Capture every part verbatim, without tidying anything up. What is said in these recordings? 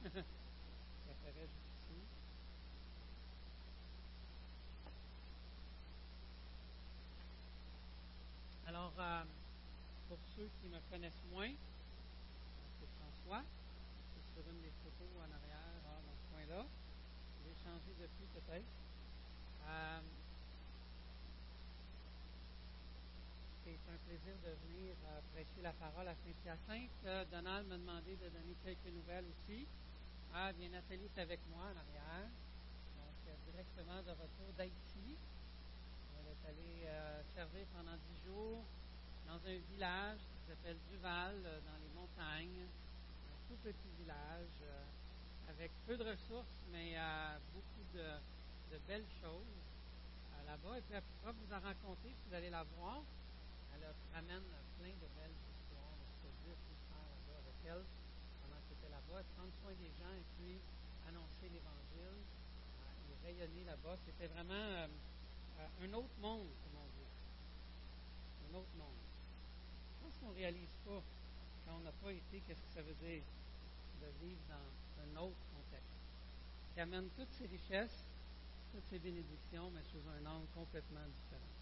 Ça apparaît juste ici. Alors, euh, pour ceux qui me connaissent moins, c'est François. C'est sur une des photos en arrière, là, dans ce coin-là. J'ai changé depuis peut-être. Euh, c'est un plaisir de venir euh, prêcher la parole à Saint-Hyacinthe. Euh, Donald m'a demandé de donner quelques nouvelles aussi. Ah, bien, Nathalie est avec moi en arrière. Donc, euh, directement de retour d'Haïti. Elle est allée euh, servir pendant dix jours dans un village qui s'appelle Duval, euh, dans les montagnes. Un tout petit village euh, avec peu de ressources, mais euh, beaucoup de, de belles choses euh, là-bas. Et puis, elle pourra vous en raconter si vous allez la voir. Elle ramène plein de belles histoires de ce que Dieu a pu faire là-bas avec elle pendant qu'elle était là-bas, prendre soin des gens et puis annoncer l'Évangile euh, et rayonner là-bas. C'était vraiment euh, euh, un autre monde, comme on dit. Un autre monde. Je pense qu'on ne réalise pas, quand on n'a pas été, qu'est-ce que ça veut dire de vivre dans un autre contexte, qui amène toutes ces richesses, toutes ces bénédictions, mais sous un angle complètement différent.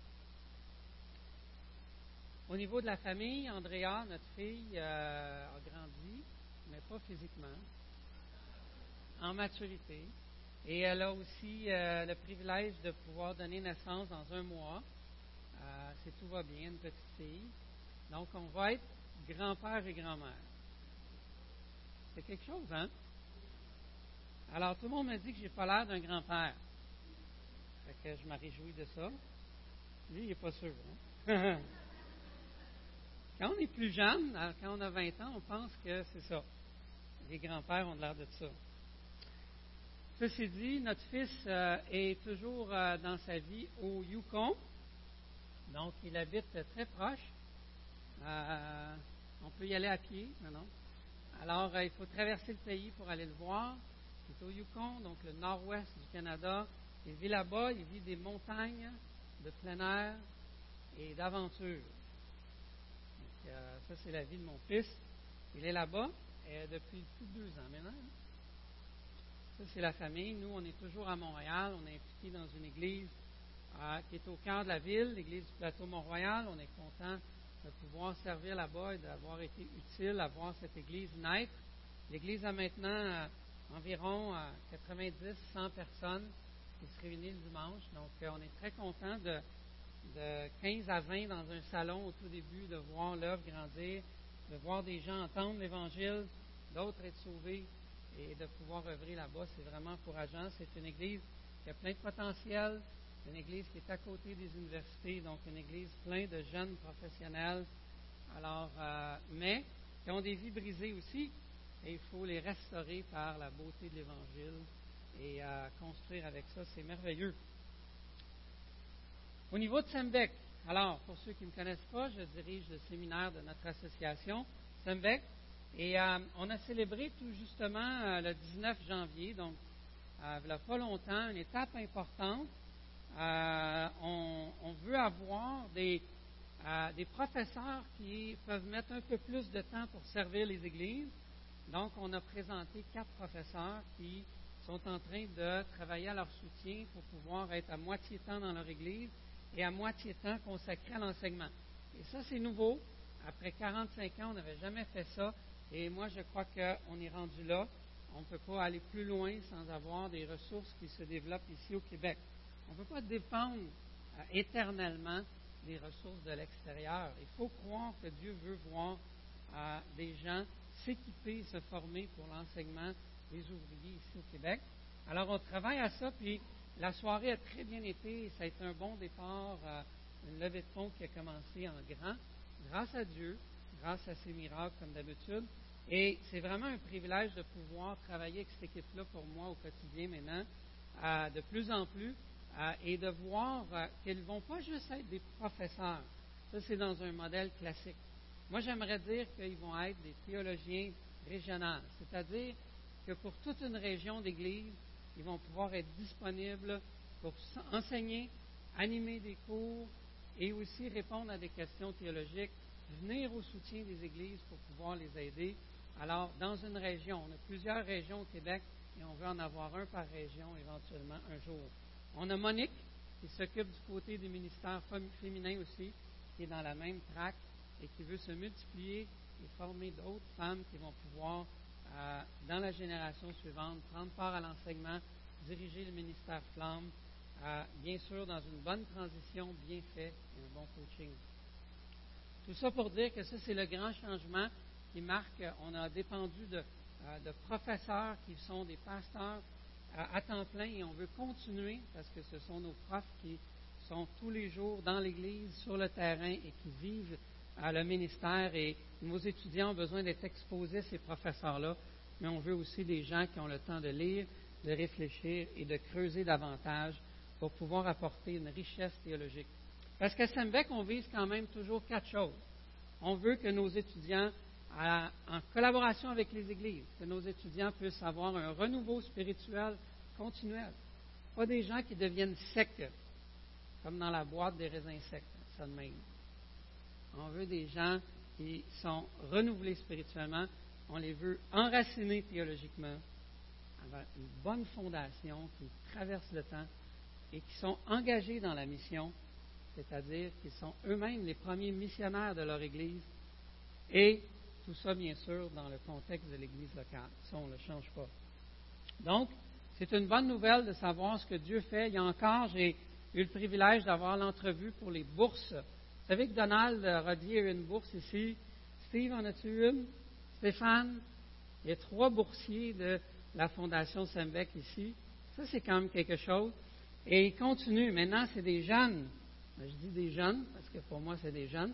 Au niveau de la famille, Andrea, notre fille, euh, a grandi, mais pas physiquement, en maturité. Et elle a aussi euh, le privilège de pouvoir donner naissance dans un mois. Euh, si tout va bien, une petite fille. Donc, on va être grand-père et grand-mère. C'est quelque chose, hein? Alors, tout le monde me dit que j'ai pas l'air d'un grand-père. Fait que je me réjouis de ça. Lui, il n'est pas sûr, hein? Quand on est plus jeune, quand on a vingt ans, on pense que c'est ça. Les grands-pères ont l'air de ça. Ceci dit, notre fils euh, est toujours euh, dans sa vie au Yukon. Donc, il habite très proche. Euh, on peut y aller à pied, mais non. Alors, euh, il faut traverser le pays pour aller le voir. C'est au Yukon, donc le nord-ouest du Canada. Il vit là-bas, il vit des montagnes de plein air et d'aventure. Donc, euh, ça, c'est la vie de mon fils. Il est là-bas euh, depuis plus de deux ans maintenant. Ça, c'est la famille. Nous, on est toujours à Montréal. On est impliqué dans une église euh, qui est au cœur de la ville, l'église du plateau Mont-Royal. On est content de pouvoir servir là-bas et d'avoir été utile à voir cette église naître. L'église a maintenant euh, environ euh, quatre-vingt-dix à cent personnes qui se réunissent le dimanche. Donc, euh, on est très content de, de quinze à vingt dans un salon au tout début, de voir l'œuvre grandir, de voir des gens entendre l'Évangile, d'autres être sauvés et de pouvoir œuvrer là-bas. C'est vraiment encourageant. C'est une église qui a plein de potentiel, une église qui est à côté des universités, donc une église pleine de jeunes professionnels. Alors, euh, mais qui ont des vies brisées aussi, et il faut les restaurer par la beauté de l'Évangile et euh, construire avec ça. C'est merveilleux. Au niveau de Sembec, alors, pour ceux qui ne me connaissent pas, je dirige le séminaire de notre association, Sembec, et euh, on a célébré tout justement euh, le dix-neuf janvier, donc euh, il n'y a pas longtemps, une étape importante. Euh, on, on veut avoir des, euh, des professeurs qui peuvent mettre un peu plus de temps pour servir les églises. Donc, on a présenté quatre professeurs qui sont en train de travailler à leur soutien pour pouvoir être à moitié temps dans leur église et à moitié temps consacré à l'enseignement. Et ça, c'est nouveau. Après quarante-cinq ans, on n'avait jamais fait ça. Et moi, je crois qu'on est rendu là. On ne peut pas aller plus loin sans avoir des ressources qui se développent ici au Québec. On ne peut pas dépendre euh, éternellement des ressources de l'extérieur. Il faut croire que Dieu veut voir euh, des gens s'équiper, se former pour l'enseignement des ouvriers ici au Québec. Alors, on travaille à ça, puis la soirée a très bien été, ça a été un bon départ, euh, une levée de fonds qui a commencé en grand, grâce à Dieu, grâce à ses miracles comme d'habitude. Et c'est vraiment un privilège de pouvoir travailler avec cette équipe-là pour moi au quotidien maintenant, euh, de plus en plus, euh, et de voir euh, qu'ils ne vont pas juste être des professeurs. Ça, c'est dans un modèle classique. Moi, j'aimerais dire qu'ils vont être des théologiens régionaux, c'est-à-dire que pour toute une région d'Église, ils vont pouvoir être disponibles pour enseigner, animer des cours et aussi répondre à des questions théologiques, venir au soutien des Églises pour pouvoir les aider. Alors, dans une région, on a plusieurs régions au Québec et on veut en avoir un par région éventuellement un jour. On a Monique qui s'occupe du côté des ministères féminins aussi, qui est dans la même traque et qui veut se multiplier et former d'autres femmes qui vont pouvoir, euh, dans la génération suivante, prendre part à l'enseignement, diriger le ministère Flamme, euh, bien sûr dans une bonne transition, bien fait et un bon coaching. Tout ça pour dire que ça, c'est le grand changement qui marque, on a dépendu de, euh, de professeurs qui sont des pasteurs euh, à temps plein et on veut continuer parce que ce sont nos profs qui sont tous les jours dans l'Église, sur le terrain et qui vivent euh, le ministère et nos étudiants ont besoin d'être exposés à ces professeurs-là, mais on veut aussi des gens qui ont le temps de lire, de réfléchir et de creuser davantage pour pouvoir apporter une richesse théologique. Parce qu'à Sembec, on vise quand même toujours quatre choses. On veut que nos étudiants, à, en collaboration avec les églises, que nos étudiants puissent avoir un renouveau spirituel continuel. Pas des gens qui deviennent secs, comme dans la boîte des raisins secs, ça de même. On veut des gens qui sont renouvelés spirituellement. On les veut enracinés théologiquement, avec une bonne fondation, qui traversent le temps et qui sont engagés dans la mission, c'est-à-dire qu'ils sont eux-mêmes les premiers missionnaires de leur Église, et tout ça, bien sûr, dans le contexte de l'Église locale. Ça, on ne le change pas. Donc, c'est une bonne nouvelle de savoir ce que Dieu fait. Il y a encore, j'ai eu le privilège d'avoir l'entrevue pour les bourses. Vous savez que Donald Rodier a eu une bourse ici. Steve, en as-tu une? Stéphane? Il y a trois boursiers de la Fondation Sembec ici. Ça, c'est quand même quelque chose. Et il continue. Maintenant, c'est des jeunes. Je dis des jeunes, parce que pour moi, c'est des jeunes.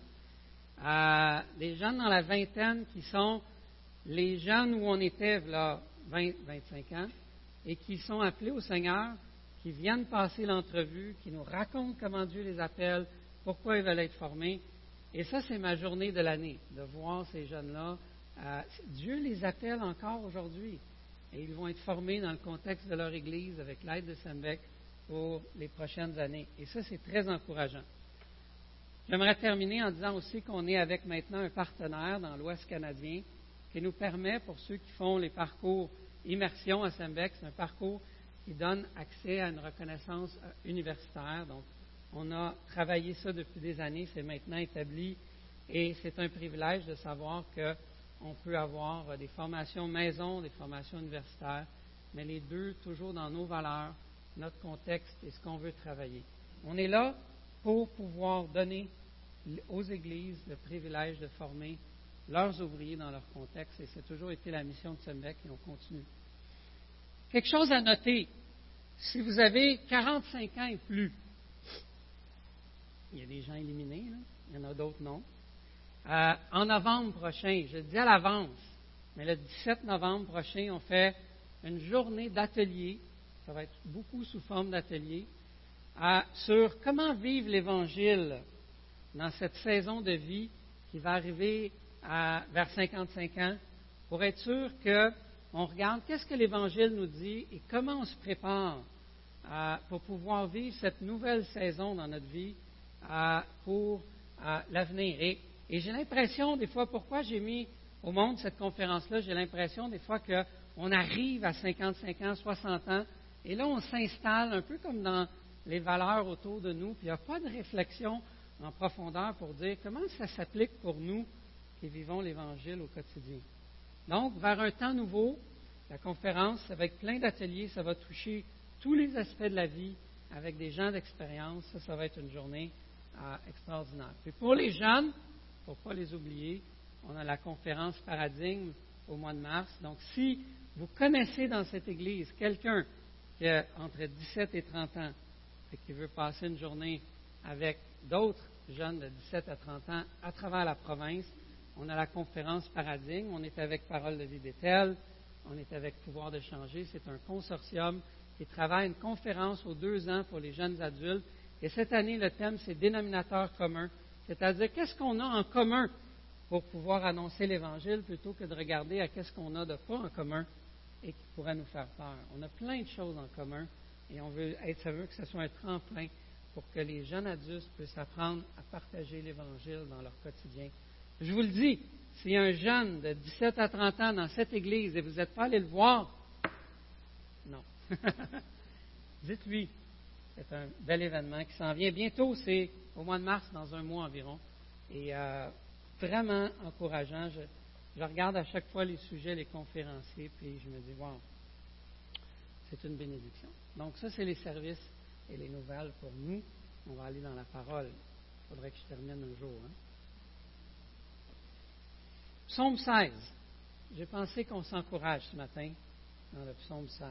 Euh, des jeunes dans la vingtaine qui sont les jeunes où on était, là, vingt, vingt-cinq ans, et qui sont appelés au Seigneur, qui viennent passer l'entrevue, qui nous racontent comment Dieu les appelle, pourquoi ils veulent être formés. Et ça, c'est ma journée de l'année, de voir ces jeunes-là. Euh, Dieu les appelle encore aujourd'hui. Et ils vont être formés dans le contexte de leur Église avec l'aide de Sembec pour les prochaines années. Et ça, c'est très encourageant. J'aimerais terminer en disant aussi qu'on est avec maintenant un partenaire dans l'Ouest canadien qui nous permet, pour ceux qui font les parcours immersion à Sembec, c'est un parcours qui donne accès à une reconnaissance universitaire. Donc, on a travaillé ça depuis des années, c'est maintenant établi et c'est un privilège de savoir qu'on peut avoir des formations maison, des formations universitaires, mais les deux toujours dans nos valeurs, notre contexte et ce qu'on veut travailler. On est là pour pouvoir donner aux églises le privilège de former leurs ouvriers dans leur contexte, et c'est toujours été la mission de Sembec et on continue. Quelque chose à noter, si vous avez quarante-cinq ans et plus, il y a des gens éliminés, là, il y en a d'autres non. Euh, en novembre prochain, je le dis à l'avance, mais le dix-sept novembre prochain, on fait une journée d'atelier, ça va être beaucoup sous forme d'atelier, euh, sur comment vivre l'Évangile dans cette saison de vie qui va arriver à, vers cinquante-cinq ans, pour être sûr qu'on regarde qu'est-ce que l'Évangile nous dit et comment on se prépare euh, pour pouvoir vivre cette nouvelle saison dans notre vie euh, pour euh, l'avenir. Et, et j'ai l'impression, des fois, pourquoi j'ai mis au monde cette conférence-là, j'ai l'impression des fois qu'on arrive à cinquante-cinq ans, soixante ans, et là on s'installe un peu comme dans les valeurs autour de nous, puis il n'y a pas de réflexion en profondeur pour dire comment ça s'applique pour nous qui vivons l'Évangile au quotidien. Donc, vers un temps nouveau, la conférence, avec plein d'ateliers, ça va toucher tous les aspects de la vie avec des gens d'expérience. Ça, ça va être une journée euh, extraordinaire. Puis pour les jeunes, pour ne pas les oublier, on a la conférence Paradigme au mois de mars. Donc, si vous connaissez dans cette Église quelqu'un qui a entre dix-sept et trente ans et qui veut passer une journée avec d'autres jeunes de dix-sept à trente ans à travers la province, on a la conférence Paradigme, on est avec Parole de vie d'Étel, on est avec Pouvoir de changer. C'est un consortium qui travaille une conférence aux deux ans pour les jeunes adultes. Et cette année, le thème, c'est dénominateur commun, c'est-à-dire qu'est-ce qu'on a en commun pour pouvoir annoncer l'Évangile plutôt que de regarder à qu'est-ce qu'on a de pas en commun et qui pourrait nous faire peur. On a plein de choses en commun et on veut être, ça veut que ce soit un tremplin pour que les jeunes adultes puissent apprendre à partager l'Évangile dans leur quotidien. Je vous le dis, s'il y a un jeune de dix-sept à trente ans dans cette église et vous n'êtes pas allé le voir, non. Dites-lui, c'est un bel événement qui s'en vient. Bientôt, c'est au mois de mars, dans un mois environ. Et euh, vraiment encourageant. Je, je regarde à chaque fois les sujets, les conférenciers, puis je me dis, wow, c'est une bénédiction. Donc ça, c'est les services et les nouvelles pour nous. On va aller dans la parole. Il faudrait que je termine un jour. Hein? Psaume seize. J'ai pensé qu'on s'encourage ce matin dans le psaume seize.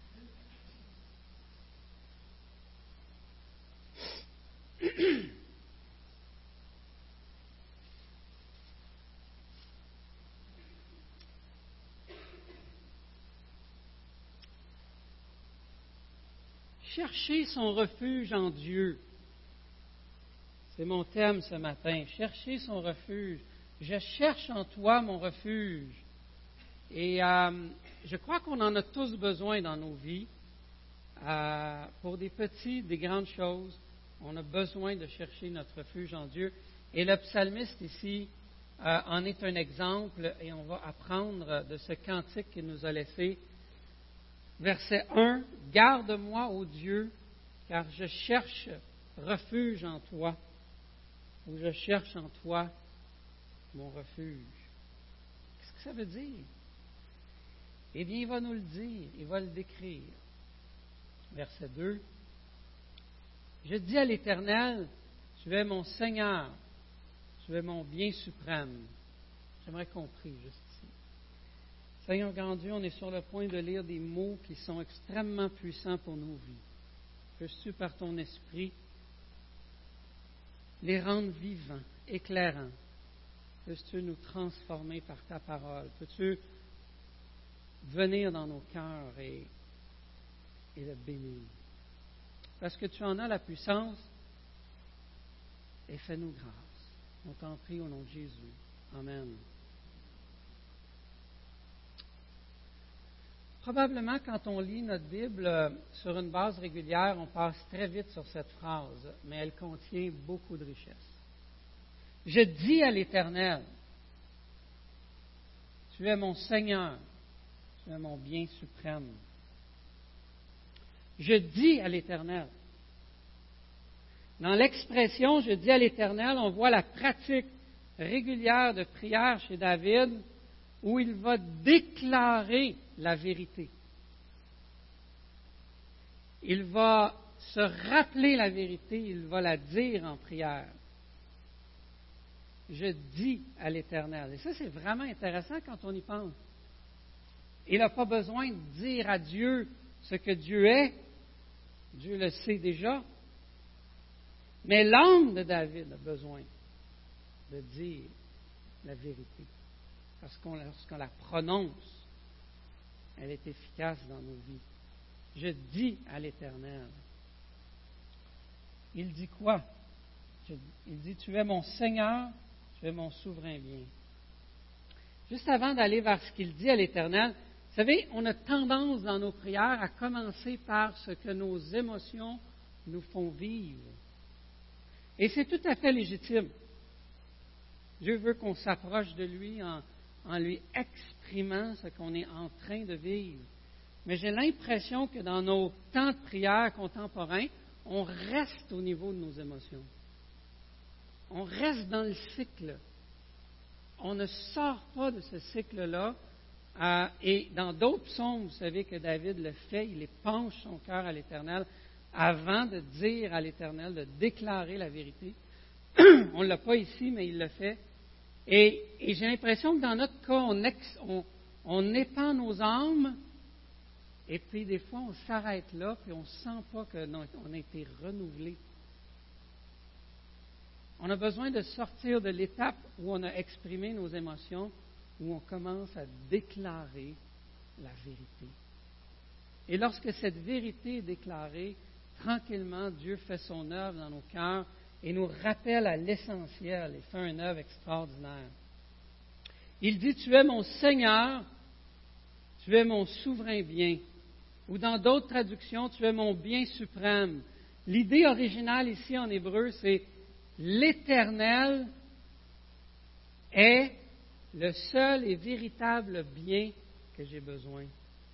Chercher son refuge en Dieu. C'est mon thème ce matin. Chercher son refuge. Je cherche en toi mon refuge. Et euh, je crois qu'on en a tous besoin dans nos vies. Euh, pour des petites, des grandes choses, on a besoin de chercher notre refuge en Dieu. Et le psalmiste ici euh, en est un exemple et on va apprendre de ce cantique qu'il nous a laissé. Verset un, « Garde-moi, ô Dieu, car je cherche refuge en toi, ou je cherche en toi mon refuge. » Qu'est-ce que ça veut dire? Eh bien, il va nous le dire, il va le décrire. Verset deux, « Je dis à l'Éternel, tu es mon Seigneur, tu es mon bien suprême. » J'aimerais qu'on prie juste ici. Seigneur grand Dieu, on est sur le point de lire des mots qui sont extrêmement puissants pour nos vies. Peux-tu, par ton esprit, les rendre vivants, éclairants? Peux-tu nous transformer par ta parole? Peux-tu venir dans nos cœurs et, et le bénir? Parce que tu en as la puissance, et fais-nous grâce. On t'en prie au nom de Jésus. Amen. Probablement, quand on lit notre Bible euh, sur une base régulière, on passe très vite sur cette phrase, mais elle contient beaucoup de richesses. Je dis à l'Éternel, tu es mon Seigneur, tu es mon bien suprême. Je dis à l'Éternel. Dans l'expression je dis à l'Éternel, on voit la pratique régulière de prière chez David, où il va déclarer la vérité. Il va se rappeler la vérité, il va la dire en prière. Je dis à l'Éternel. Et ça, c'est vraiment intéressant quand on y pense. Il n'a pas besoin de dire à Dieu ce que Dieu est. Dieu le sait déjà. Mais l'âme de David a besoin de dire la vérité. Parce que lorsqu'on la prononce, elle est efficace dans nos vies. Je dis à l'Éternel. Il dit quoi? Il dit, tu es mon Seigneur, tu es mon souverain bien. Juste avant d'aller vers ce qu'il dit à l'Éternel, vous savez, on a tendance dans nos prières à commencer par ce que nos émotions nous font vivre. Et c'est tout à fait légitime. Dieu veut qu'on s'approche de lui en, en lui exprimant ce qu'on est en train de vivre. Mais j'ai l'impression que dans nos temps de prière contemporains, on reste au niveau de nos émotions. On reste dans le cycle. On ne sort pas de ce cycle-là. Euh, et dans d'autres psaumes, vous savez que David le fait, il épanche son cœur à l'Éternel avant de dire à l'Éternel, de déclarer la vérité. On ne l'a pas ici, mais il le fait. Et, et j'ai l'impression que dans notre cas, on, ex, on, on épand nos âmes, et puis des fois, on s'arrête là, puis on ne sent pas qu'on a été renouvelé. On a besoin de sortir de l'étape où on a exprimé nos émotions, où on commence à déclarer la vérité. Et lorsque cette vérité est déclarée, tranquillement, Dieu fait son œuvre dans nos cœurs et nous rappelle à l'essentiel et fait une œuvre extraordinaire. Il dit, tu es mon Seigneur, tu es mon souverain bien. Ou dans d'autres traductions, tu es mon bien suprême. L'idée originale ici en hébreu, c'est l'Éternel est le seul et véritable bien que j'ai besoin.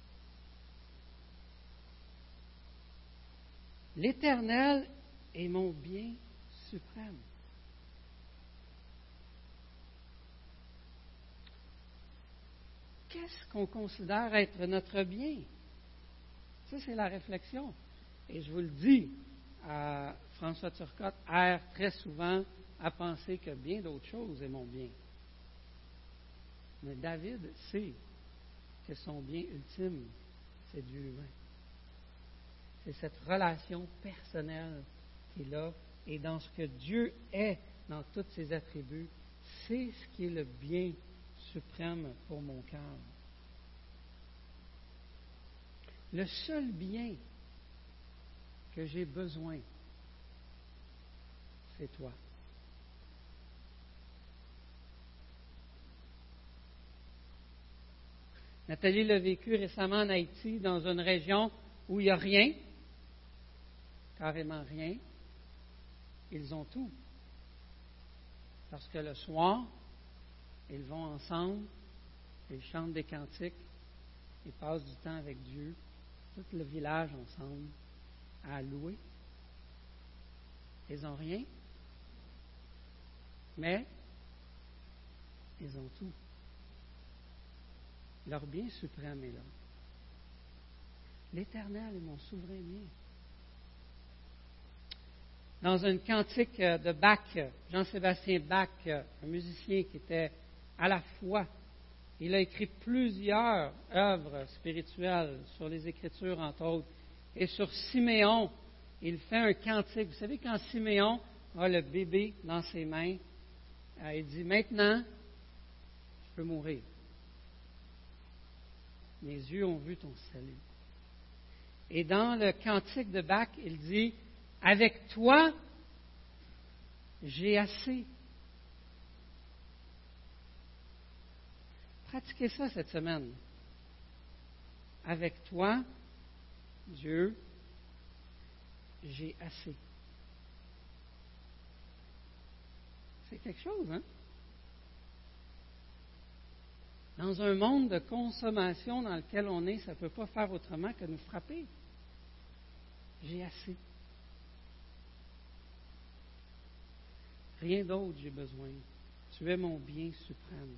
L'Éternel est mon bien suprême. Qu'est-ce qu'on considère être notre bien? Ça, c'est la réflexion. Et je vous le dis, euh, François Turcotte erre très souvent à penser que bien d'autres choses est mon bien. Mais David sait que son bien ultime, c'est Dieu lui-même. C'est cette relation personnelle qui est là. Et dans ce que Dieu est, dans tous ses attributs, c'est ce qui est le bien suprême pour mon cœur. Le seul bien que j'ai besoin, c'est toi. Nathalie l'a vécu récemment en Haïti, dans une région où il n'y a rien, carrément rien. Ils ont tout. Parce que le soir, ils vont ensemble, ils chantent des cantiques, ils passent du temps avec Dieu, tout le village ensemble, à louer. Ils n'ont rien, mais ils ont tout. Leur bien suprême est là. L'Éternel est mon souverain bien. Dans un cantique de Bach, Jean-Sébastien Bach, un musicien qui était à la foi, il a écrit plusieurs œuvres spirituelles sur les Écritures, entre autres. Et sur Siméon, il fait un cantique. Vous savez, quand Siméon a le bébé dans ses mains, il dit, maintenant, je peux mourir. Mes yeux ont vu ton salut. Et dans le cantique de Bach, il dit, avec toi, j'ai assez. Pratiquez ça cette semaine. Avec toi, Dieu, j'ai assez. C'est quelque chose, hein? Dans un monde de consommation dans lequel on est, ça ne peut pas faire autrement que nous frapper. J'ai assez. Rien d'autre j'ai besoin. Tu es mon bien suprême.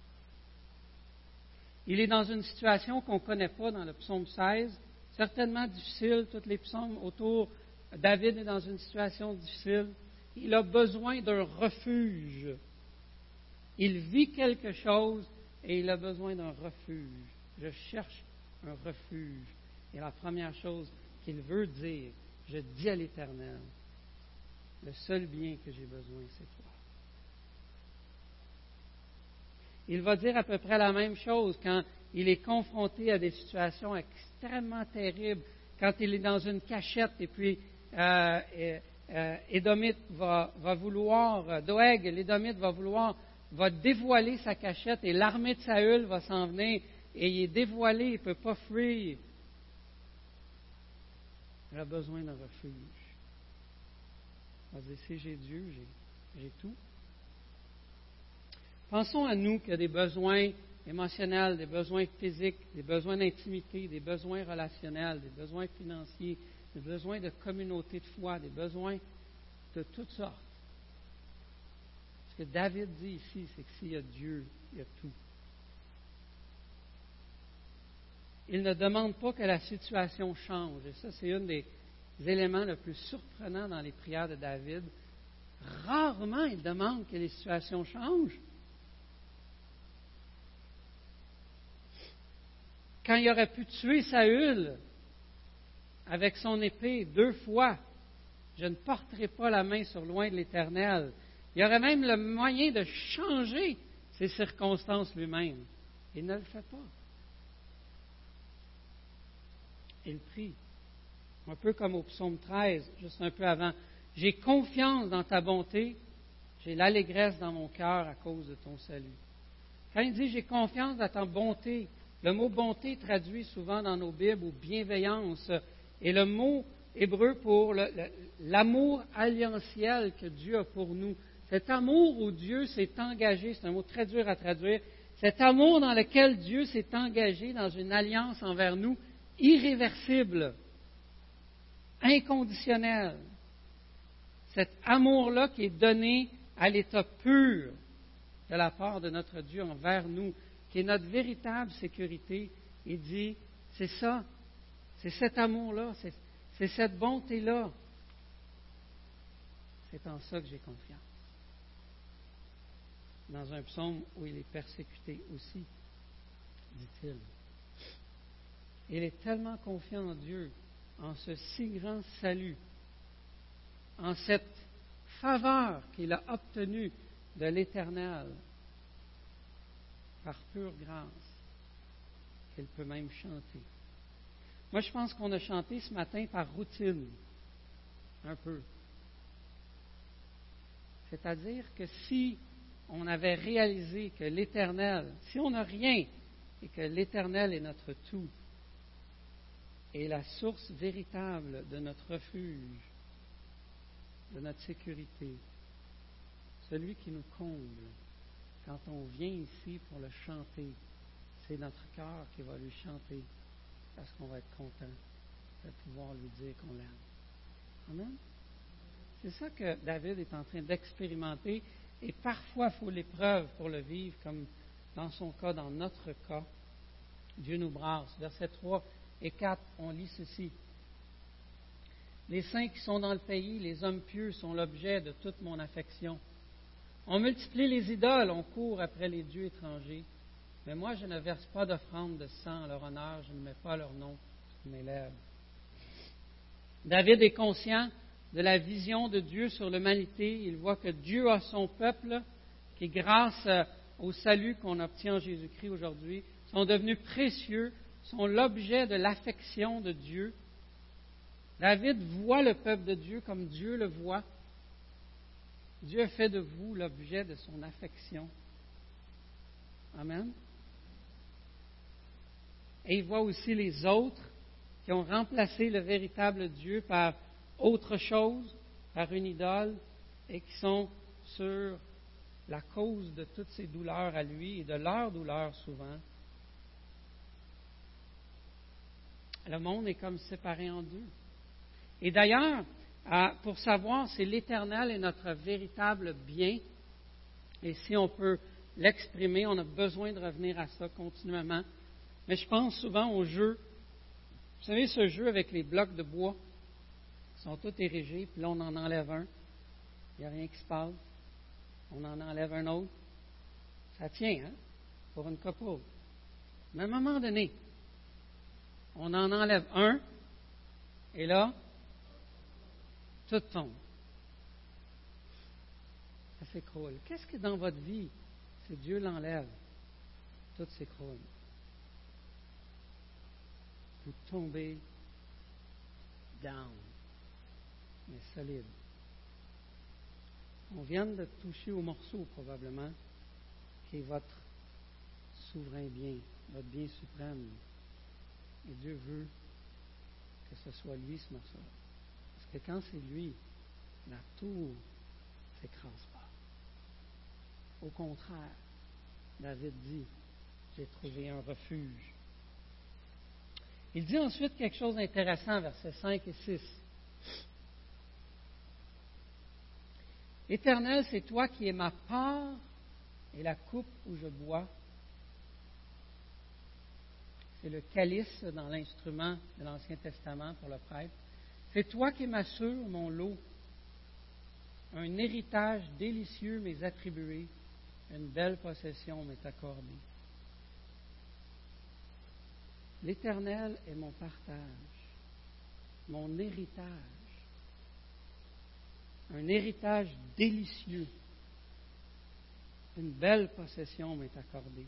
Il est dans une situation qu'on ne connaît pas dans le psaume seize, certainement difficile, tous les psaumes autour. David est dans une situation difficile. Il a besoin d'un refuge. Il vit quelque chose et il a besoin d'un refuge. Je cherche un refuge. Et la première chose qu'il veut dire, je dis à l'Éternel, le seul bien que j'ai besoin, c'est toi. Il va dire à peu près la même chose quand il est confronté à des situations extrêmement terribles, quand il est dans une cachette et puis euh, euh, Édomite va, va vouloir, Doeg, l'Édomite va vouloir, va dévoiler sa cachette et l'armée de Saül va s'en venir et il est dévoilé, il ne peut pas fuir. Il a besoin d'un refuge. On va dire, si j'ai Dieu, j'ai, j'ai tout. Pensons à nous qui avons des besoins émotionnels, des besoins physiques, des besoins d'intimité, des besoins relationnels, des besoins financiers, des besoins de communauté de foi, des besoins de toutes sortes. Ce que David dit ici, c'est que s'il y a Dieu, il y a tout. Il ne demande pas que la situation change. Et ça, c'est un des éléments les plus surprenants dans les prières de David. Rarement, il demande que les situations changent. Quand il aurait pu tuer Saül avec son épée deux fois, je ne porterai pas la main sur loin de l'Éternel. Il y aurait même le moyen de changer ses circonstances lui-même. Il ne le fait pas. Il prie. Un peu comme au psaume treize, juste un peu avant. J'ai confiance dans ta bonté, j'ai l'allégresse dans mon cœur à cause de ton salut. Quand il dit j'ai confiance dans ta bonté, le mot bonté traduit souvent dans nos Bibles ou bienveillance, et le mot hébreu pour le, le, l'amour alliantiel que Dieu a pour nous. Cet amour où Dieu s'est engagé, c'est un mot très dur à traduire, Cet amour dans lequel Dieu s'est engagé dans une alliance envers nous irréversible, inconditionnel. Cet amour-là qui est donné à l'état pur de la part de notre Dieu envers nous, qui est notre véritable sécurité, il dit, c'est ça, c'est cet amour-là, c'est, c'est cette bonté-là. C'est en ça que j'ai confiance. Dans un psaume où il est persécuté aussi, dit-il. Il est tellement confiant en Dieu, en ce si grand salut, en cette faveur qu'il a obtenue de l'Éternel par pure grâce, qu'il peut même chanter. Moi, je pense qu'on a chanté ce matin par routine, un peu. C'est-à-dire que si on avait réalisé que l'Éternel, si on n'a rien et que l'Éternel est notre tout, et la source véritable de notre refuge, de notre sécurité, celui qui nous comble, quand on vient ici pour le chanter, c'est notre cœur qui va lui chanter, parce qu'on va être content de pouvoir lui dire qu'on l'aime. Amen? C'est ça que David est en train d'expérimenter, et parfois il faut l'épreuve pour le vivre, comme dans son cas, dans notre cas. Dieu nous brasse. Versets trois et quatre, on lit ceci. Les saints qui sont dans le pays, les hommes pieux sont l'objet de toute mon affection. On multiplie les idoles, on court après les dieux étrangers. Mais moi, je ne verse pas d'offrande de sang en leur honneur, je ne mets pas leur nom sur mes lèvres. David est conscient de la vision de Dieu sur l'humanité. Il voit que Dieu a son peuple qui, grâce au salut qu'on obtient en Jésus-Christ aujourd'hui, sont devenus précieux, sont l'objet de l'affection de Dieu. David voit le peuple de Dieu comme Dieu le voit. Dieu a fait de vous l'objet de son affection. Amen. Et il voit aussi les autres qui ont remplacé le véritable Dieu par autre chose, par une idole, et qui sont sur la cause de toutes ces douleurs à lui et de leurs douleurs souvent. Le monde est comme séparé en deux. Et d'ailleurs, pour savoir si l'Éternel est notre véritable bien, et si on peut l'exprimer, on a besoin de revenir à ça continuellement. Mais je pense souvent au jeu. Vous savez, ce jeu avec les blocs de bois, qui sont tous érigés, puis là, on en enlève un. Il n'y a rien qui se passe. On en enlève un autre. Ça tient, hein, pour une couple. Mais à un moment donné, on en enlève un, et là, tout tombe. Ça s'écroule. Qu'est-ce que dans votre vie, si Dieu l'enlève, tout s'écroule? Vous tombez down, mais solide. On vient de toucher au morceau, probablement, qui est votre souverain bien, votre bien suprême. Et Dieu veut que ce soit lui, ce morceau-là. Parce que quand c'est lui, la tour ne s'écrase pas. Au contraire, David dit, j'ai trouvé un refuge. Il dit ensuite quelque chose d'intéressant, versets cinq et six. Éternel, c'est toi qui es ma part et la coupe où je bois. C'est le calice dans l'instrument de l'Ancien Testament pour le prêtre. C'est toi qui m'assures mon lot. Un héritage délicieux m'est attribué. Une belle possession m'est accordée. L'Éternel est mon partage, mon héritage. Un héritage délicieux. Une belle possession m'est accordée.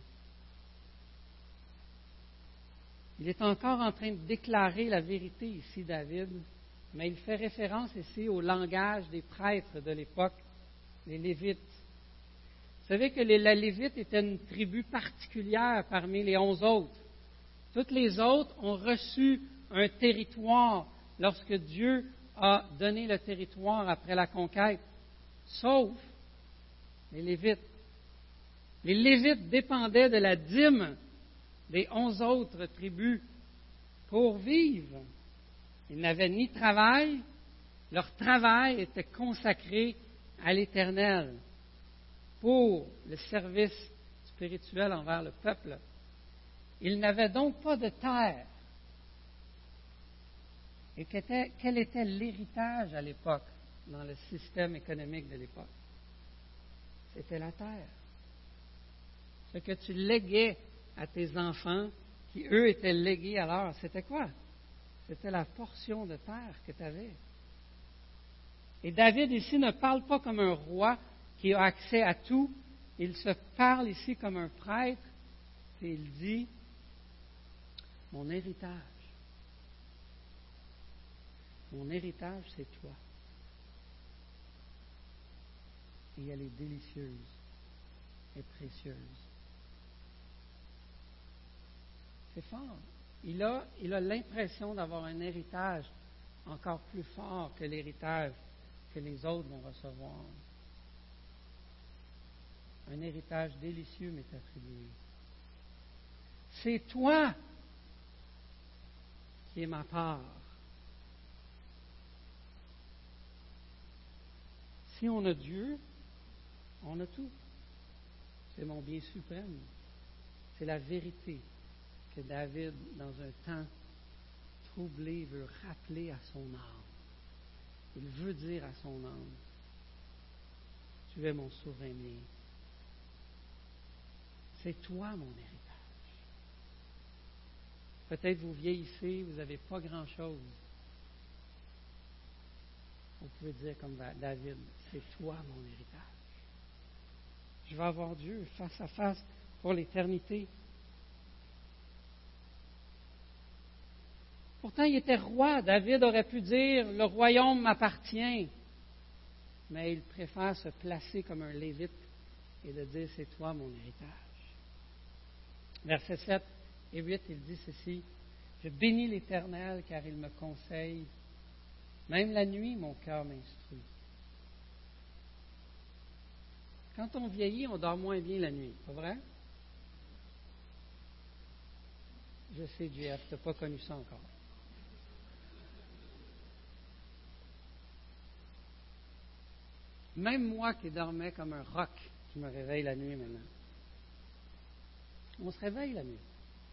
Il est encore en train de déclarer la vérité ici, David, mais il fait référence ici au langage des prêtres de l'époque, les Lévites. Vous savez que les, la Lévite était une tribu particulière parmi les onze autres. Toutes les autres ont reçu un territoire lorsque Dieu a donné le territoire après la conquête, sauf les Lévites. Les Lévites dépendaient de la dîme des onze autres tribus pour vivre. Ils n'avaient ni travail, leur travail était consacré à l'Éternel pour le service spirituel envers le peuple. Ils n'avaient donc pas de terre. Et quel était l'héritage à l'époque, dans le système économique de l'époque? C'était la terre. Ce que tu léguais à tes enfants, qui eux étaient légués alors, c'était quoi? C'était la portion de terre que tu avais. Et David ici ne parle pas comme un roi qui a accès à tout. Il se parle ici comme un prêtre et il dit, mon héritage, mon héritage c'est toi. Et elle est délicieuse et précieuse. C'est fort. Il a, il a l'impression d'avoir un héritage encore plus fort que l'héritage que les autres vont recevoir. Un héritage délicieux m'est attribué. C'est toi qui es ma part. Si on a Dieu, on a tout. C'est mon bien suprême. C'est la vérité que David, dans un temps troublé, veut rappeler à son âme. Il veut dire à son âme, tu es mon souverain bien. C'est toi mon héritage. Peut-être vous vieillissez, vous n'avez pas grand-chose. Vous pouvez dire comme David, c'est toi mon héritage. Je vais avoir Dieu face à face pour l'éternité. Pourtant, il était roi. David aurait pu dire, le royaume m'appartient. Mais il préfère se placer comme un lévite et de dire, c'est toi mon héritage. Versets sept et huit, il dit ceci, je bénis l'Éternel car il me conseille. Même la nuit, mon cœur m'instruit. Quand on vieillit, on dort moins bien la nuit, pas vrai? Je sais, J F, tu n'as pas connu ça encore. Même moi qui dormais comme un roc, je me réveille la nuit maintenant. On se réveille la nuit.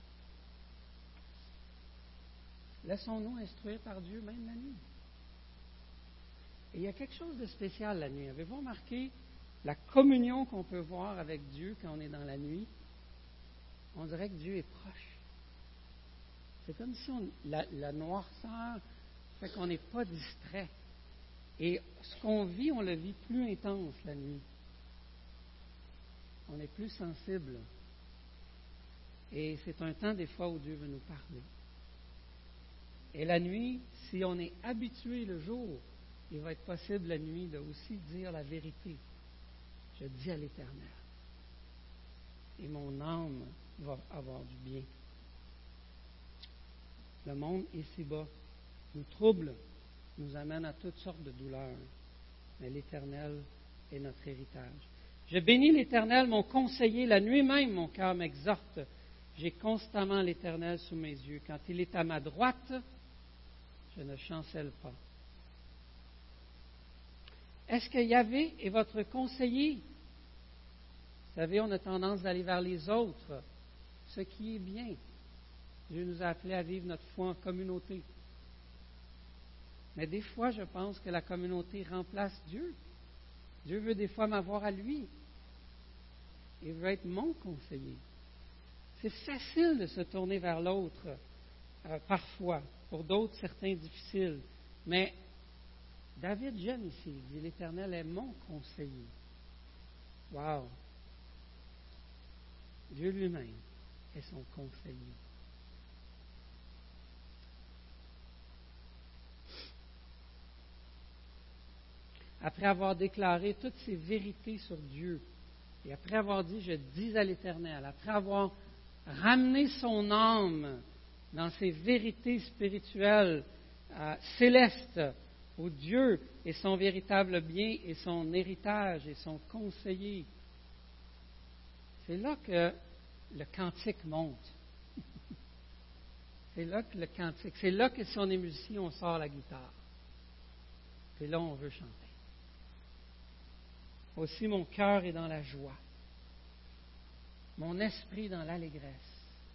Laissons-nous instruire par Dieu même la nuit. Et il y a quelque chose de spécial la nuit. Avez-vous remarqué la communion qu'on peut voir avec Dieu quand on est dans la nuit? On dirait que Dieu est proche. C'est comme si on, la, la noirceur fait qu'on n'est pas distrait. Et ce qu'on vit, on le vit plus intense la nuit. On est plus sensible. Et c'est un temps des fois où Dieu veut nous parler. Et la nuit, si on est habitué le jour, il va être possible la nuit de aussi dire la vérité. Je dis à l'Éternel. Et mon âme va avoir du bien. Le monde ici-bas nous trouble, nous amène à toutes sortes de douleurs. Mais l'Éternel est notre héritage. Je bénis l'Éternel, mon conseiller. La nuit même, mon cœur m'exhorte. J'ai constamment l'Éternel sous mes yeux. Quand il est à ma droite, je ne chancelle pas. Est-ce que Yahvé est votre conseiller? Vous savez, on a tendance d'aller vers les autres, ce qui est bien. Dieu nous a appelés à vivre notre foi en communauté. Mais des fois, je pense que la communauté remplace Dieu. Dieu veut des fois m'avoir à lui. Il veut être mon conseiller. C'est facile de se tourner vers l'autre, euh, parfois. Pour d'autres, certains difficiles. Mais David j'aime ici, il dit, l'Éternel est mon conseiller. Wow! Dieu lui-même est son conseiller. Après avoir déclaré toutes ces vérités sur Dieu, et après avoir dit, je dis à l'Éternel, après avoir ramené son âme dans ces vérités spirituelles euh, célestes, où Dieu est son véritable bien et son héritage et son conseiller, c'est là que le cantique monte. C'est là que le cantique, c'est là que si on est musicien, on sort la guitare. Puis là, on veut chanter. Aussi, mon cœur est dans la joie. Mon esprit dans l'allégresse.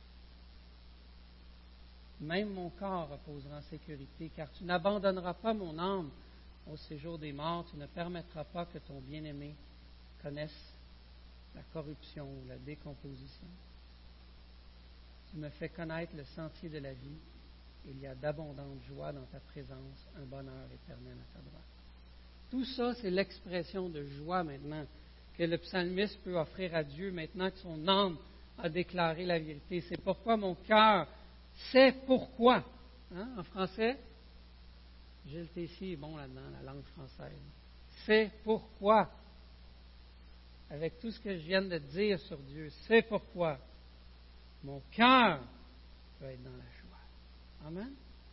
Même mon corps reposera en sécurité, car tu n'abandonneras pas mon âme au séjour des morts. Tu ne permettras pas que ton bien-aimé connaisse la corruption ou la décomposition. Tu me fais connaître le sentier de la vie. Il y a d'abondantes joies dans ta présence, un bonheur éternel à ta droite. Tout ça, c'est l'expression de joie maintenant que le psalmiste peut offrir à Dieu maintenant que son âme a déclaré la vérité. C'est pourquoi mon cœur sait pourquoi. Hein, en français, Gilles Tessier est bon là-dedans, la langue française. C'est pourquoi. Avec tout ce que je viens de dire sur Dieu, c'est pourquoi mon cœur peut être dans la joie. Amen.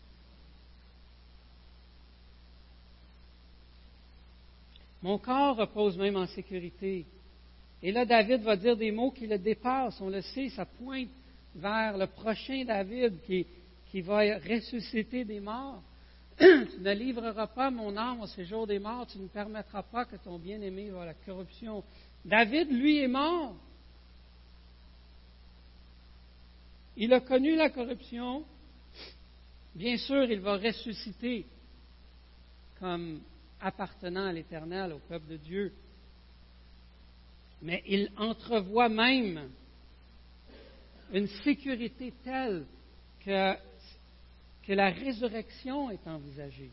Mon corps repose même en sécurité. Et là, David va dire des mots qui le dépassent. On le sait, ça pointe vers le prochain David qui, qui va ressusciter des morts. Tu ne livreras pas mon âme au séjour des morts. Tu ne permettras pas que ton bien-aimé voie la corruption. David, lui, est mort. Il a connu la corruption. Bien sûr, il va ressusciter comme appartenant à l'Éternel, au peuple de Dieu. Mais il entrevoit même une sécurité telle que, que la résurrection est envisagée.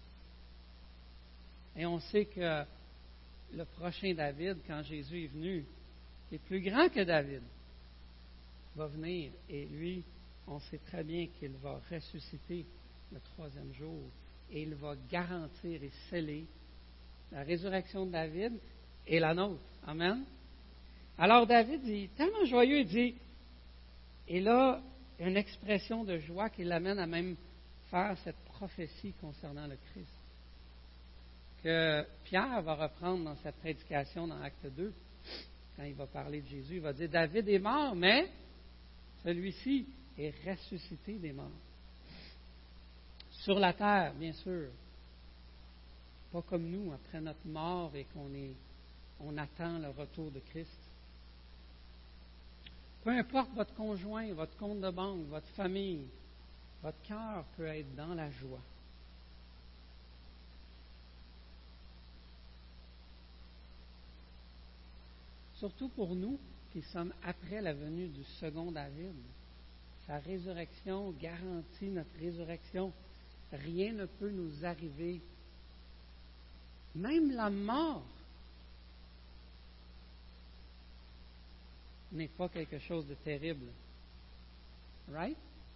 Et on sait que le prochain David, quand Jésus est venu, est plus grand que David, va venir. Et lui, on sait très bien qu'il va ressusciter le troisième jour. Et il va garantir et sceller la résurrection de David et la nôtre. Amen. Alors David est tellement joyeux, il dit, et là, il y a une expression de joie qui l'amène à même faire cette prophétie concernant le Christ, que Pierre va reprendre dans sa prédication dans Acte deux, quand il va parler de Jésus. Il va dire, David est mort, mais celui-ci est ressuscité des morts. Sur la terre, bien sûr. Pas comme nous, après notre mort et qu'on est, on attend le retour de Christ. Peu importe votre conjoint, votre compte de banque, votre famille, votre cœur peut être dans la joie. Surtout pour nous qui sommes après la venue du second David. Sa résurrection garantit notre résurrection. Rien ne peut nous arriver. Même la mort n'est pas quelque chose de terrible. Right?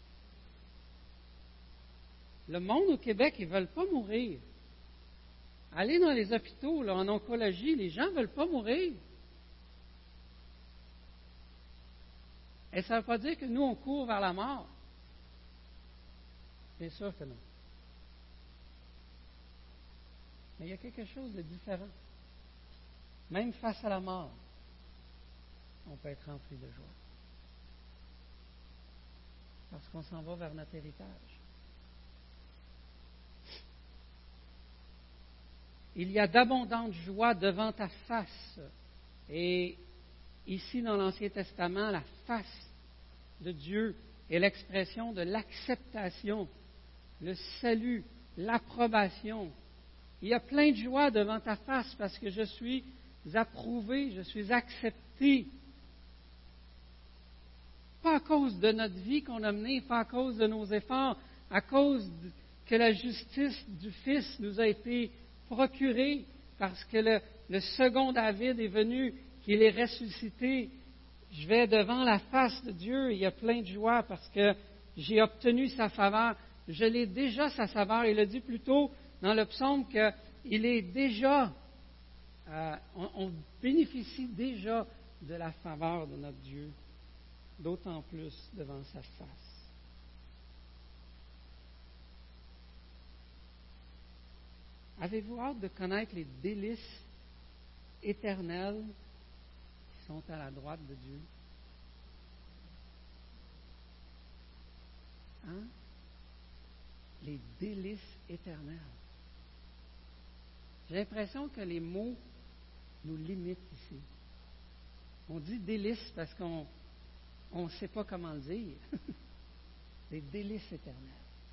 Le monde au Québec, ils ne veulent pas mourir. Allez dans les hôpitaux, là, en oncologie, les gens ne veulent pas mourir. Et ça ne veut pas dire que nous, on court vers la mort. Bien sûr que non. Mais il y a quelque chose de différent. Même face à la mort, on peut être rempli de joie. Parce qu'on s'en va vers notre héritage. Il y a d'abondantes joies devant ta face. Et ici, dans l'Ancien Testament, la face de Dieu est l'expression de l'acceptation, le salut, l'approbation. Il y a plein de joie devant ta face parce que je suis approuvé, je suis accepté. Pas à cause de notre vie qu'on a menée, pas à cause de nos efforts, à cause de, que la justice du Fils nous a été procurée parce que le, le second David est venu, qu'il est ressuscité. Je vais devant la face de Dieu et il y a plein de joie parce que j'ai obtenu sa faveur. Je l'ai déjà, sa faveur. Il a dit plus tôt dans le psaume qu'il est déjà, euh, on, on bénéficie déjà de la faveur de notre Dieu, d'autant plus devant sa face. Avez-vous hâte de connaître les délices éternelles qui sont à la droite de Dieu. Hein? Les délices éternels. J'ai l'impression que les mots nous limitent ici. On dit délices parce qu'on ne sait pas comment le dire. Les délices éternels.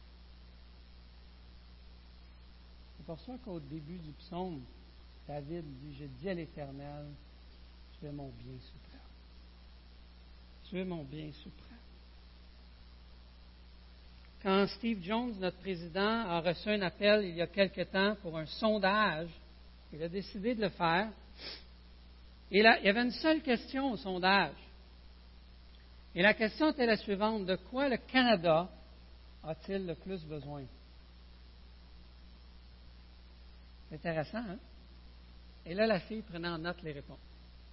C'est pour ça qu'au début du psaume, David dit, je dis à l'Éternel, tu es mon bien suprême. Tu es mon bien suprême. Quand Steve Jones, notre président, a reçu un appel il y a quelque temps pour un sondage, il a décidé de le faire. Et là, il y avait une seule question au sondage. Et la question était la suivante, de quoi le Canada a-t-il le plus besoin? C'est intéressant, hein? Et là, la fille prenait en note les réponses.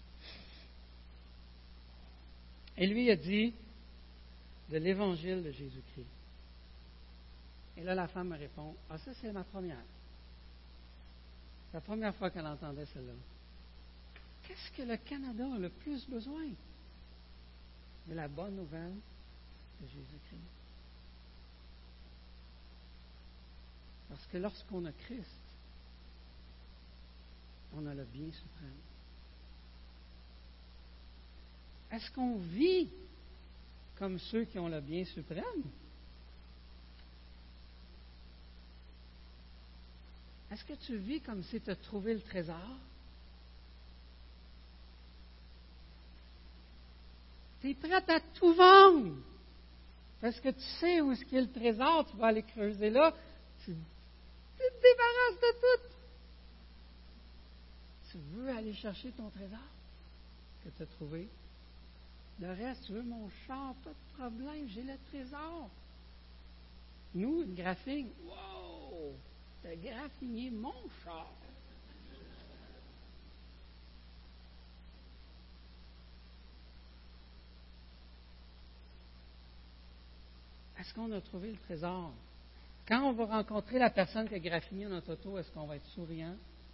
Et lui a dit de l'Évangile de Jésus-Christ. Et là, la femme me répond, ah, ça, c'est ma première. C'est la première fois qu'elle entendait celle-là. Qu'est-ce que le Canada a le plus besoin? De la bonne nouvelle de Jésus-Christ. Parce que lorsqu'on a Christ, on a le bien suprême. Est-ce qu'on vit comme ceux qui ont le bien suprême? Est-ce que tu vis comme si tu as trouvé le trésor? Tu es prête à tout vendre. Parce que tu sais où est-ce qu'il y a le trésor, tu vas aller creuser là. Tu, tu te débarrasses de tout. Tu veux aller chercher ton trésor que tu as trouvé. Le reste, tu veux mon char, pas de problème, j'ai le trésor. Nous, une graphine, wow! Tu as graffiné mon char. Est-ce qu'on a trouvé le trésor? Quand on va rencontrer la personne qui a graffiné notre auto, est-ce qu'on va être souriant?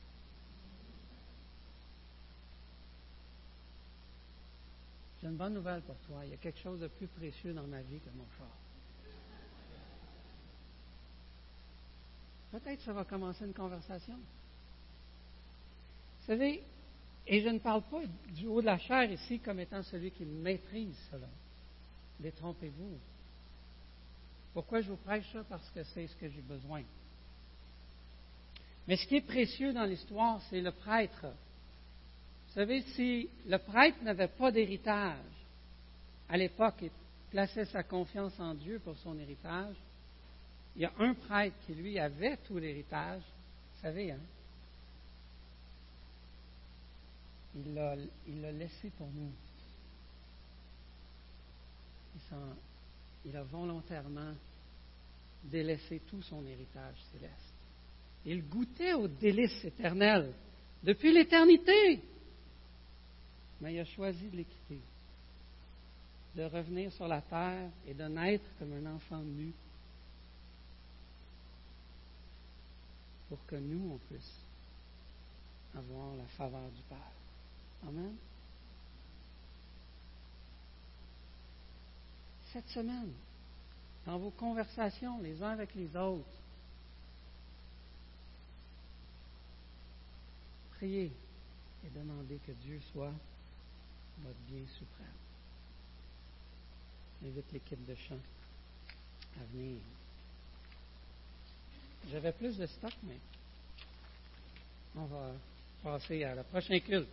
J'ai une bonne nouvelle pour toi. Il y a quelque chose de plus précieux dans ma vie que mon char. Peut-être que ça va commencer une conversation. Vous savez, et je ne parle pas du haut de la chair ici comme étant celui qui maîtrise cela. Détrompez-vous. Pourquoi je vous prêche ça? Parce que c'est ce que j'ai besoin. Mais ce qui est précieux dans l'histoire, c'est le prêtre. Vous savez, si le prêtre n'avait pas d'héritage à l'époque et plaçait sa confiance en Dieu pour son héritage, il y a un prêtre qui, lui, avait tout l'héritage. Vous savez, hein? Il l'a, il l'a laissé pour nous. Il, il a volontairement délaissé tout son héritage céleste. Il goûtait aux délices éternelles depuis l'éternité. Mais il a choisi de les quitter, de revenir sur la terre et de naître comme un enfant nu pour que nous, on puisse avoir la faveur du Père. Amen. Cette semaine, dans vos conversations les uns avec les autres, priez et demandez que Dieu soit votre bien suprême. J'invite l'équipe de chant à venir. J'avais plus de stock, mais on va passer à la prochaine culte.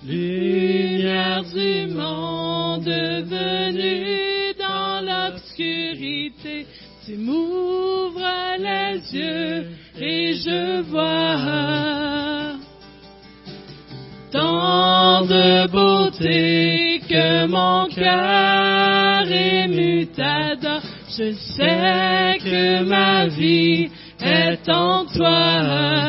lumière du monde venue dans l'obscurité. Tu m'ouvres les yeux et je vois tant de beauté que mon cœur ému t'adore. Je sais que ma vie est en toi.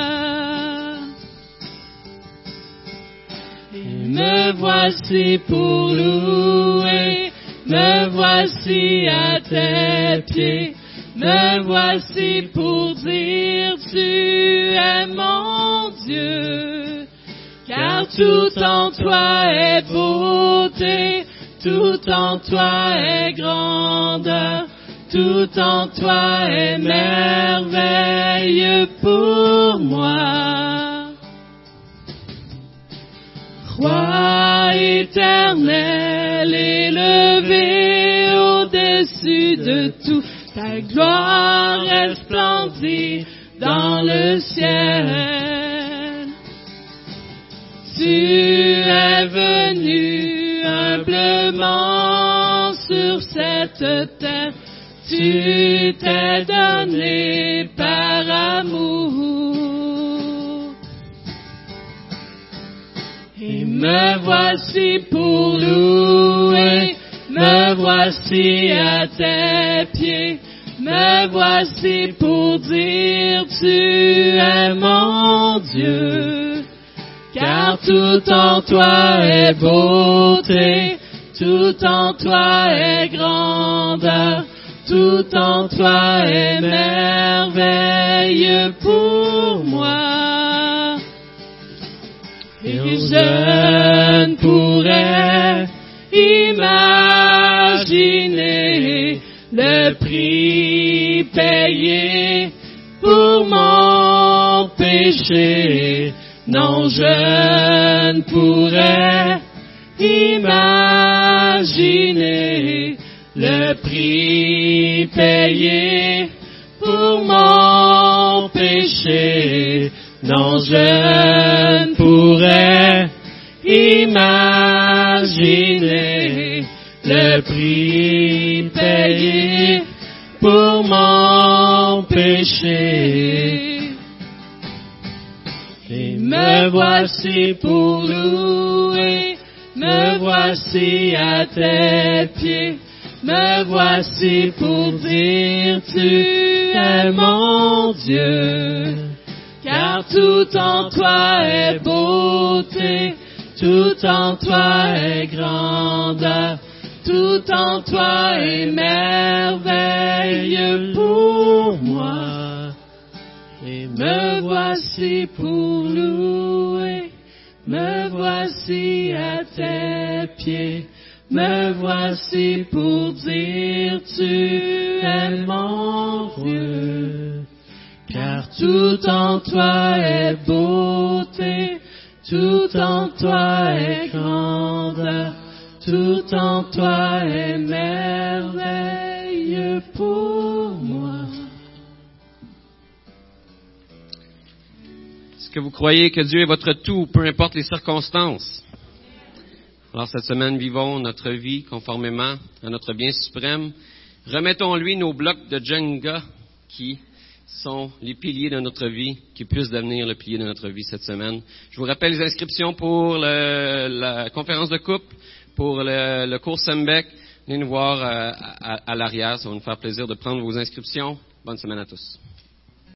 Et me voici pour louer, me voici à tes pieds, me voici pour dire tu es mon Dieu. Car tout en toi est beauté, tout en toi est grandeur, tout en toi est merveilleux pour moi. Roi éternel, élevé au-dessus de tout, ta gloire resplendit dans le ciel. Tu es venu humblement sur cette terre, tu t'es donné par amour. Et me voici pour louer, me voici à tes pieds, me voici pour dire tu es mon Dieu. Car tout en toi est beauté, tout en toi est grandeur, tout en toi est merveilleux pour moi. Et je ne pourrais imaginer le prix payé pour mon péché. Non, je ne pourrais imaginer le prix payé pour mon péché. Non, je ne pourrais imaginer le prix payé pour mon péché. Et me voici pour louer, me voici à tes pieds, me voici pour dire tu es mon Dieu. Car tout en toi est beauté, tout en toi est grandeur, tout en toi est merveilleux pour moi. Et me voici pour louer, me voici à tes pieds, me voici pour dire tu es mon Dieu. Car tout en toi est beauté, tout en toi est grandeur, tout en toi est merveilleux pour moi. Est-ce que vous croyez que Dieu est votre tout, peu importe les circonstances? Alors cette semaine, vivons notre vie conformément à notre bien suprême. Remettons-lui nos blocs de Jenga qui sont les piliers de notre vie, qui puissent devenir le pilier de notre vie cette semaine. Je vous rappelle les inscriptions pour le, la conférence de couple, pour le, le cours Sembec. Venez nous voir à, à, à l'arrière, ça va nous faire plaisir de prendre vos inscriptions. Bonne semaine à tous.